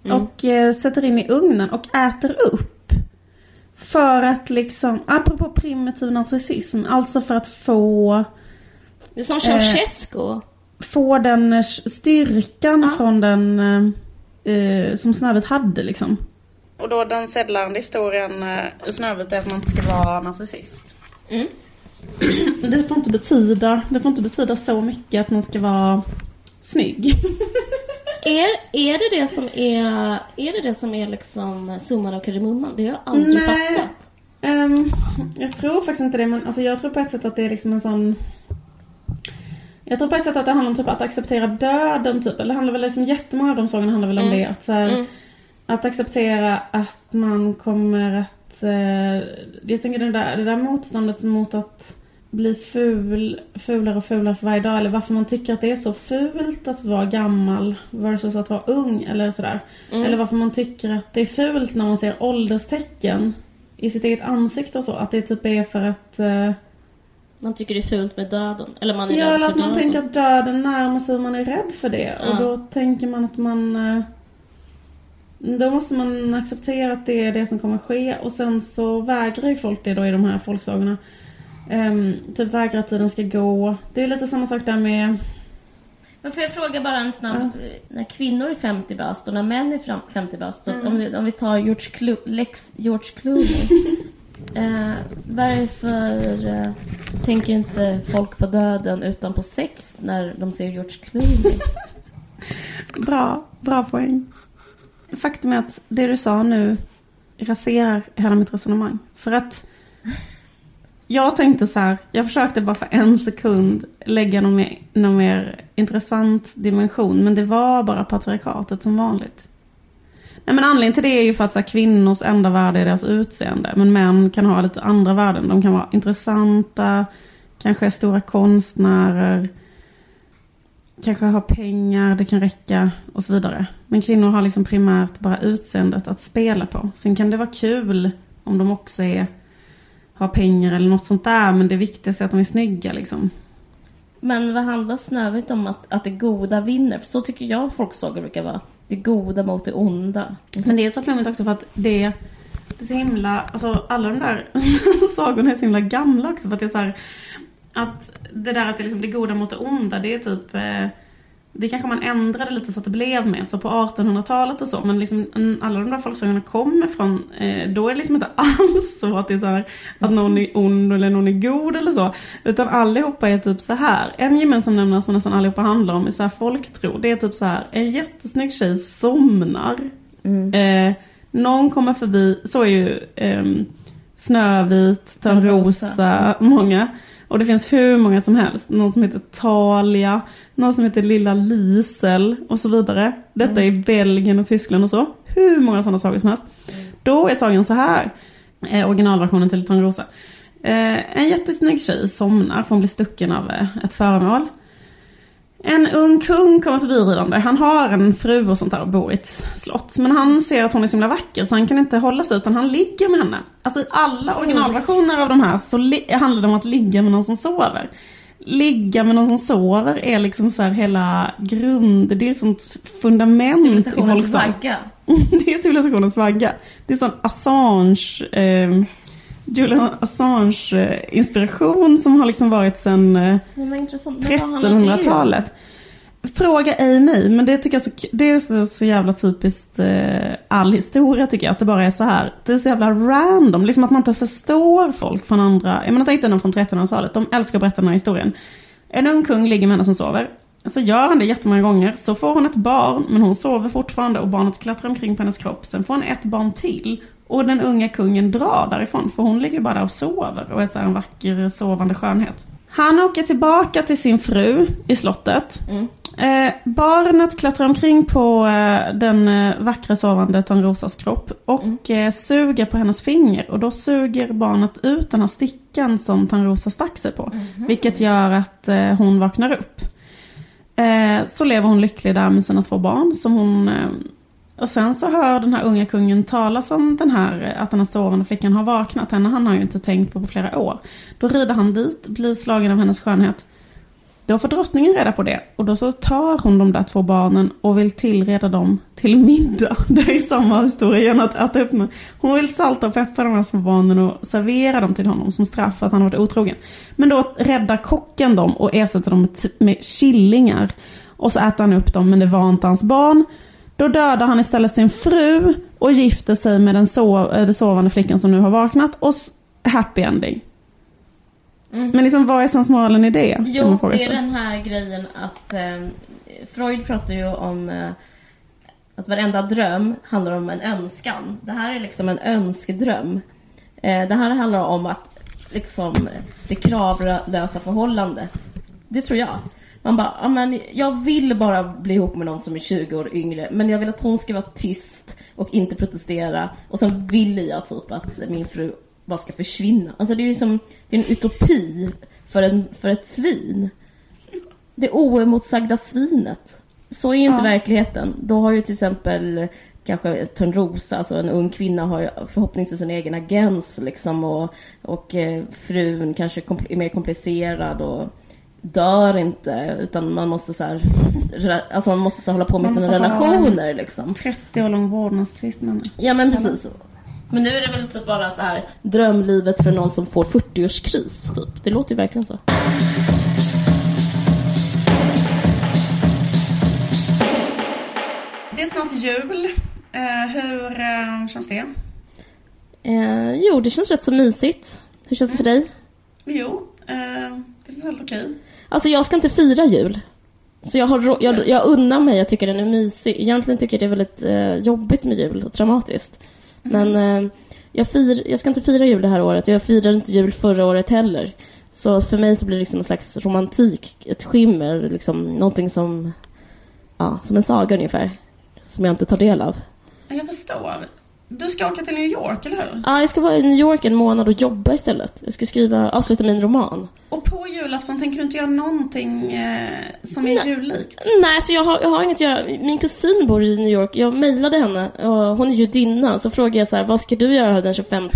och sätter in i ugnen och äter upp. För att liksom, apropå primitiv narcissism, alltså för att få... Det är som Ceausescu. Få den styrkan från den som Snövit hade liksom. Och då den sedlande historien i Snövit är att man inte ska vara narcissist. Det får inte betyda så mycket att man ska vara snygg. Är det det som är liksom summan av kardemumman? Det har jag aldrig fattat. Jag tror faktiskt inte det, men alltså jag tror på ett sätt att det är liksom en sån... Jag tror på ett sätt att det handlar om typ att acceptera döden typ. Eller det handlar väl liksom jättemånga av de sakerna handlar väl om det. Att, så här, att acceptera att man kommer att... jag tänker det där motståndet mot att bli fulare och fulare för varje dag. Eller varför man tycker att det är så fult att vara gammal versus att vara ung. Eller sådär. Eller varför man tycker att det är fult när man ser ålderstecken i sitt eget ansikte och så. Att det typ är för att... man tycker det är fult med döden. Eller man är rädd eller för att man döden. tänker att döden närmar sig och man är rädd för det. Och då tänker man att man... Då måste man acceptera att det är det som kommer ske. Och sen så vägrar ju folk det då i de här folksagorna. Typ vägrar att tiden ska gå. Det är lite samma sak där med... Men får jag fråga bara en snabb... När kvinnor är 50 bast och när män är 50 bast. Om vi tar George Clooney. Varför tänker inte folk på döden utan på sex när de ser George Clooney? Bra poäng. Faktum är att det du sa nu raserar hela mitt resonemang. För att jag tänkte så här, jag försökte bara för en sekund lägga någon mer intressant dimension, men det var bara patriarkatet som vanligt. Nej, men anledningen till det är ju för att så här, kvinnors enda värde är deras utseende. Men män kan ha lite andra värden. De kan vara intressanta, kanske är stora konstnärer, kanske ha pengar, det kan räcka och så vidare. Men kvinnor har liksom primärt bara utseendet att spela på. Sen kan det vara kul om de också har pengar eller något sånt där. Men det viktigaste är att de är snygga liksom. Men vad handlar Snövit om att det goda vinner? För så tycker jag folksagor brukar vara. Det goda mot det onda. Men det är så flummigt också för att det är så himla... Alltså alla de där sagorna är så himla gamla också. För att det är så här... Att det där att det liksom det goda mot det onda, det är typ... Det kanske man ändrade lite så att det blev mer. Så på 1800-talet och så. Men liksom alla de där folksagorna kommer från... Då är det liksom inte alls så att det är så här... Att någon är ond eller någon är god eller så. Utan allihopa är typ så här. En gemensam nämnare som nästan allihopa handlar om är så här folktro. Det är typ så här. En jättesnygg tjej somnar. Någon kommer förbi. Så är ju Snövit, Törnrosa, många. Och det finns hur många som helst. Någon som heter Talia, någon som heter Lilla Lisel och så vidare. Detta är Belgien och Tyskland och så. Hur många sådana sagor som helst. Då är sagan så här. Originalversionen till Törnrosa. En jättesnygg tjej somnar för hon blir stucken av ett föremål. En ung kung kommer förbi ridande. Han har en fru och sånt där och bor i ett slott. Men han ser att hon är så himla vacker så han kan inte hålla sig utan han ligger med henne. Alltså i alla originalversioner av de här så handlar det om att ligga med någon som sover. Ligga med någon som sover är liksom så här hela grund. Det är ett sånt fundament. Civilisationens vagga. Det är civilisationens vagga. Det är sån Julian Assange inspiration som har liksom varit sedan 1300-talet. Fråga ej mig, men det tycker jag det är så jävla typiskt all historia tycker jag, att det bara är så här. Det är så jävla random, liksom att man inte förstår folk från andra. Jag menar inte någon från 1300-talet, de älskar att berätta den här historien. En ung kung ligger med henne som sover. Så gör han det jättemånga gånger. Så får hon ett barn, men hon sover fortfarande och barnet klättrar omkring på hennes kropp. Sen får hon ett barn till. Och den unga kungen drar därifrån, för hon ligger bara där och sover och är så här en vacker sovande skönhet. Han åker tillbaka till sin fru i slottet. Barnet klättrar omkring på den vackra sovande Törnrosas kropp och suger på hennes finger. Och då suger barnet ut den här stickan som Törnrosa stack sig på. Vilket gör att hon vaknar upp. Så lever hon lycklig där med sina 2 barn som hon... Och sen så hör den här unga kungen talas om att den här sovande flickan har vaknat. Henne han har ju inte tänkt på flera år. Då rider han dit, blir slagen av hennes skönhet Då får drottningen reda på det. Och då så tar hon de där 2 barnen och vill tillreda dem till middag. Det är samma historia igen att öppna. Hon vill salta och peppra de här små barnen och servera dem till honom som straff för att han har varit otrogen. Men då räddar kocken dem och ersätter dem med killingar. Och så äter han upp dem, men det var inte hans barn. Då dödar han istället sin fru och gifter sig med den sovande flickan som nu har vaknat. Och happy ending. Men liksom, vad är sensmoralen i det? Jo, det är den här grejen att Freud pratar ju om att varenda dröm handlar om en önskan. Det här är liksom en önskedröm. Det här handlar om att liksom det kravlösa förhållandet. Det tror jag. Man bara, men jag vill bara bli ihop med någon som är 20 år yngre, men jag vill att hon ska vara tyst och inte protestera, och sen vill jag typ att min fru bara ska försvinna. Alltså det är liksom, det är en utopi för ett svin. Det oemotsagda svinet. Så är ju inte verkligheten. Då har ju till exempel kanske Törnrosa, alltså en ung kvinna, har ju förhoppningsvis en egen agens liksom, och frun kanske är mer komplicerad och dör inte, utan man måste så här, alltså man måste så hålla på med sina relationer liksom. 30 år lång vårdnadstvist. Ja, men precis. Men nu är det väl typ bara så här drömlivet för någon som får 40-årskris typ. Det låter ju verkligen så. Det är snart jul. Hur känns det? Jo, det känns rätt så mysigt. Hur känns det för dig? Jo, det känns helt okej. Alltså jag ska inte fira jul. Så jag unnar mig, jag tycker den är mysig. Egentligen tycker jag det är väldigt jobbigt med jul och traumatiskt. Men jag ska inte fira jul det här året. Jag firade inte jul förra året heller. Så för mig så blir det liksom en slags romantik, ett skimmer, liksom någonting som en saga ungefär, som jag inte tar del av. Jag förstår. Du ska åka till New York, eller hur? Ja, jag ska vara i New York en månad och jobba istället. Jag ska avsluta min roman. Och på julafton tänker du inte göra någonting som är jullikt? Nej, så jag har inget att göra. Min kusin bor i New York. Jag mejlade henne, och hon är judinna. Så frågade jag så här, vad ska du göra den 25?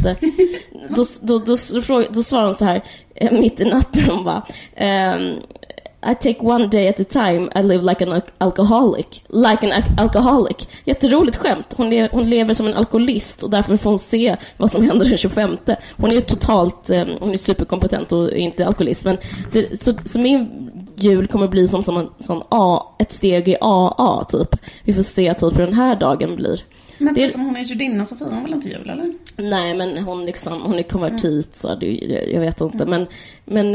Då svarade hon så här, mitt i natten, hon bara, I take one day at a time. I live like an alcoholic. Jätteroligt skämt. Hon lever som en alkoholist, och därför får hon se vad som händer den 25. Hon är totalt, hon är superkompetent och är inte alkoholist. Men så min jul kommer bli som ett steg i AA typ. Vi får se typ hur den här dagen blir. Men det är som hon är judinna, så firar hon väl inte jul, eller? Nej, men hon är konvertit, så jag vet inte. Men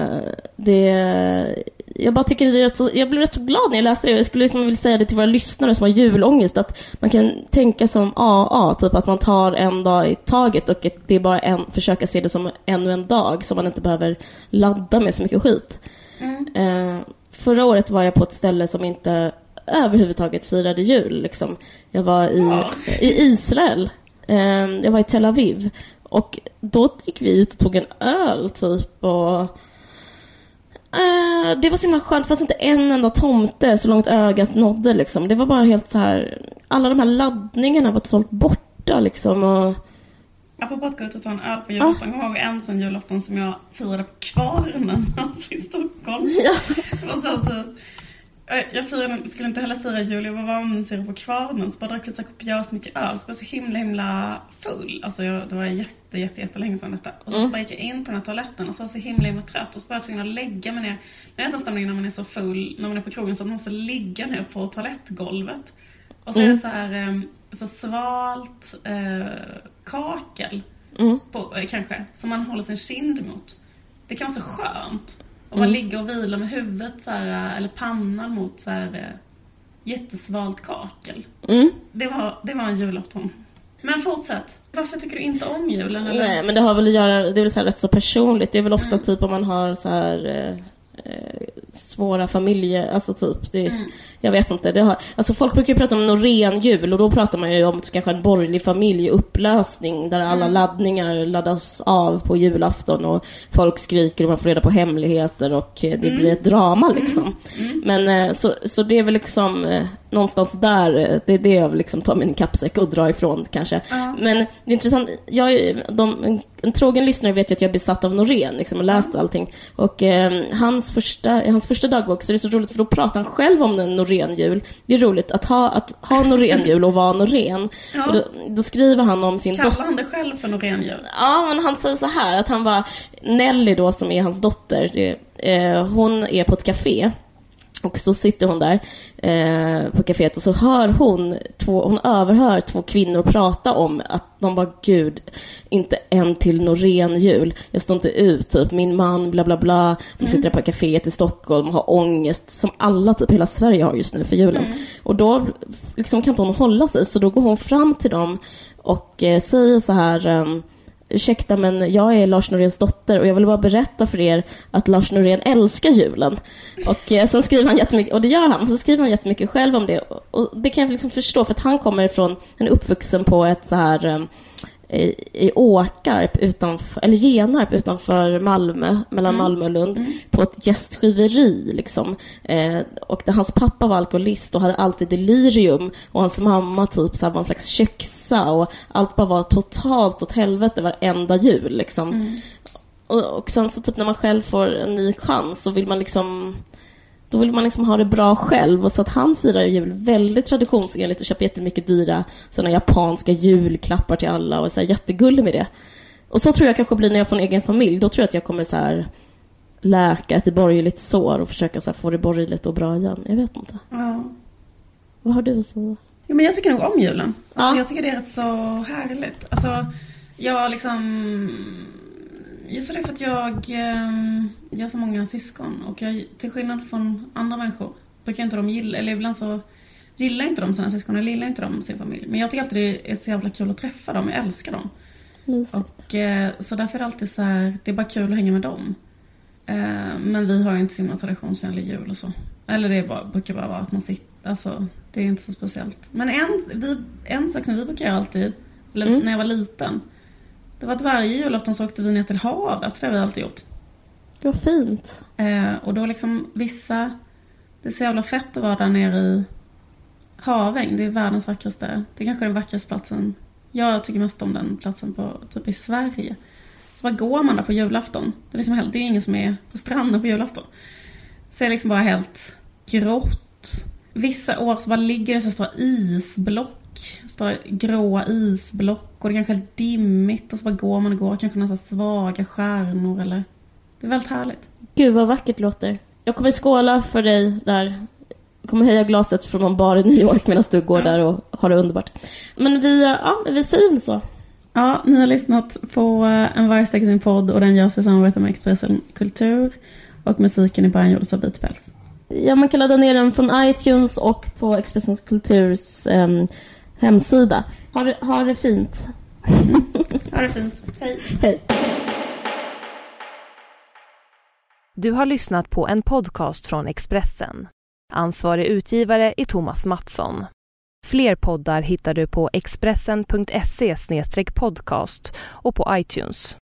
jag bara tycker jag blev rätt så glad när jag läste det. Jag skulle liksom vilja säga det till våra lyssnare som har julångest, att man kan tänka som AA, typ att man tar en dag i taget, och det är bara försöka se det som ännu en dag, så man inte behöver ladda med så mycket skit. Förra året var jag på ett ställe som inte överhuvudtaget firade jul liksom. Jag var i Israel. Jag var i Tel Aviv, och då gick vi ut och tog en öl typ, och det var så himla skönt. Det fanns inte en enda tomte så långt ögat nådde liksom. Det var bara helt så här, alla de här laddningarna var totalt borta liksom. Och apropå att gå ut och ta en öl på julafton, jag har en sån julafton som jag firade på Kvarnen, alltså i Stockholm. Det var så typ, jag skulle inte heller fira jul. Jag var vansinnigt på Kvarnen, så bara drack så kopiöst mycket öl. Så jag var så himla full. Alltså det var jättelänge sedan detta. Och så bara gick jag in på den här toaletten och så var så himla trött. Och så var jag tvungen att lägga mig ner. Det är nästan stämningen när man är så full, när man är på krogen, så att man måste ligga ner på toalettgolvet. Och så är det så här så svalt kakel på, kanske, som man håller sin kind mot. Det kan vara så skönt. Och man ligger och vilar med huvudet så här, eller pannan mot så här jättesvalt kakel. Det var en julafton. Men fortsätt. Varför tycker du inte om julen? Eller? Nej, men det har väl att göra, det är väl så här rätt så personligt. Det är väl ofta typ om man har så här svåra familjer, alltså typ det, jag vet inte, alltså folk brukar ju prata om Norén jul, och då pratar man ju om kanske en borgerlig familjeupplösning där alla laddningar laddas av på julafton, och folk skriker och man får reda på hemligheter, och det blir ett drama liksom. Men så det är väl liksom någonstans där, det är det jag liksom tar min kappsäck och drar ifrån kanske. Men det är intressant, en trogen lyssnare vet ju att jag är besatt av Norén liksom, och läst allting. Och hans första dagbok, så det är så roligt för då pratar han själv om en Norén-jul. Det är roligt att ha Norén-jul och vara Norén. Och då skriver han om sin dotter. Kallar han det själv för Norén-jul? Ja, men han säger så här att han var Nelly då, som är hans dotter. Hon är på ett café. Och så sitter hon där på kaféet och så hör hon överhör 2 kvinnor prata om att de bara, gud, inte en till Norén-jul. Jag står inte ut, typ, min man, bla bla bla. De sitter på kaféet i Stockholm och har ångest, som alla, typ hela Sverige har just nu för julen. Och då liksom kan inte hon hålla sig, så då går hon fram till dem och säger så här... ursäkta, men jag är Lars Noréns dotter och jag vill bara berätta för er att Lars Norén älskar julen. Och sen skriver han jättemycket, och det gör han, och så skriver han jättemycket själv om det. Och det kan jag liksom förstå, för att han kommer ifrån, han är uppvuxen på ett så här i Åkarp utanför, eller Genarp utanför Malmö, mellan Malmö och Lund, på ett gästgiveri liksom. Och där hans pappa var alkoholist och hade alltid delirium, och hans mamma typ så här var en slags köksa, och allt bara var totalt åt helvete varenda jul liksom. Och sen så typ när man själv får en ny chans så vill man liksom ha det bra själv, och så att han firar jul väldigt traditionsenligt och köper jättemycket dyra såna japanska julklappar till alla och är så här jättegullig med det. Och så tror jag kanske blir när jag får en egen familj. Då tror jag att jag kommer så här läka ett borgerligt sår och försöka så här få det borgerligt och bra igen. Jag vet inte. Ja. Vad har du att säga? Jo, men jag tycker nog om julen. Alltså, jag tycker det är rätt så härligt. Alltså, jag liksom... Jag tror det är för att jag har så många syskon, och jag, till skillnad från andra människor, brukar inte de gilla, eller ibland så gillar inte de sina syskon, eller gillar inte de sin familj. Men jag tycker alltid det är så jävla kul att träffa dem, jag älskar dem. Och så därför är det alltid så här, det är bara kul att hänga med dem. Men vi har ju inte sin tradition som gäller jul och så. Eller det brukar bara vara att man sitter, alltså det är inte så speciellt. Men en sak som vi brukar göra alltid, eller när jag var liten, det var att varje julafton så åkte vi ner till havet. Det har vi alltid gjort. Det var fint. Och då liksom vissa... Det är så jävla fett att vara där nere i Haväng. Det är världens vackraste. Det är kanske den vackraste platsen. Jag tycker mest om den platsen typ i Sverige. Så bara går man där på julafton. Det är liksom det är ingen som är på stranden på julafton. Så är det liksom bara helt grått. Vissa år så bara ligger det så stora isblock. Stora gråa isblock. Och det är kanske helt dimmigt. Och så bara går man och går. Kanske nästan svaga stjärnor. Eller... Det är väldigt härligt. Gud vad vackert det låter. Jag kommer skåla för dig där. Jag kommer höja glaset från någon bar i New York medan du går där och har det underbart. Men vi säger väl så. Ja, ni har lyssnat på en varje podd, och den görs i samarbete med Expressen Kultur, och musiken är bara gjordes av Beatpels. Ja, man kan ladda ner den från iTunes och på Expressen Kulturs hemsida. Ha det fint. Ha det fint. Hej. Hej. Du har lyssnat på en podcast från Expressen. Ansvarig utgivare är Thomas Mattsson. Fler poddar hittar du på expressen.se/podcast och på iTunes.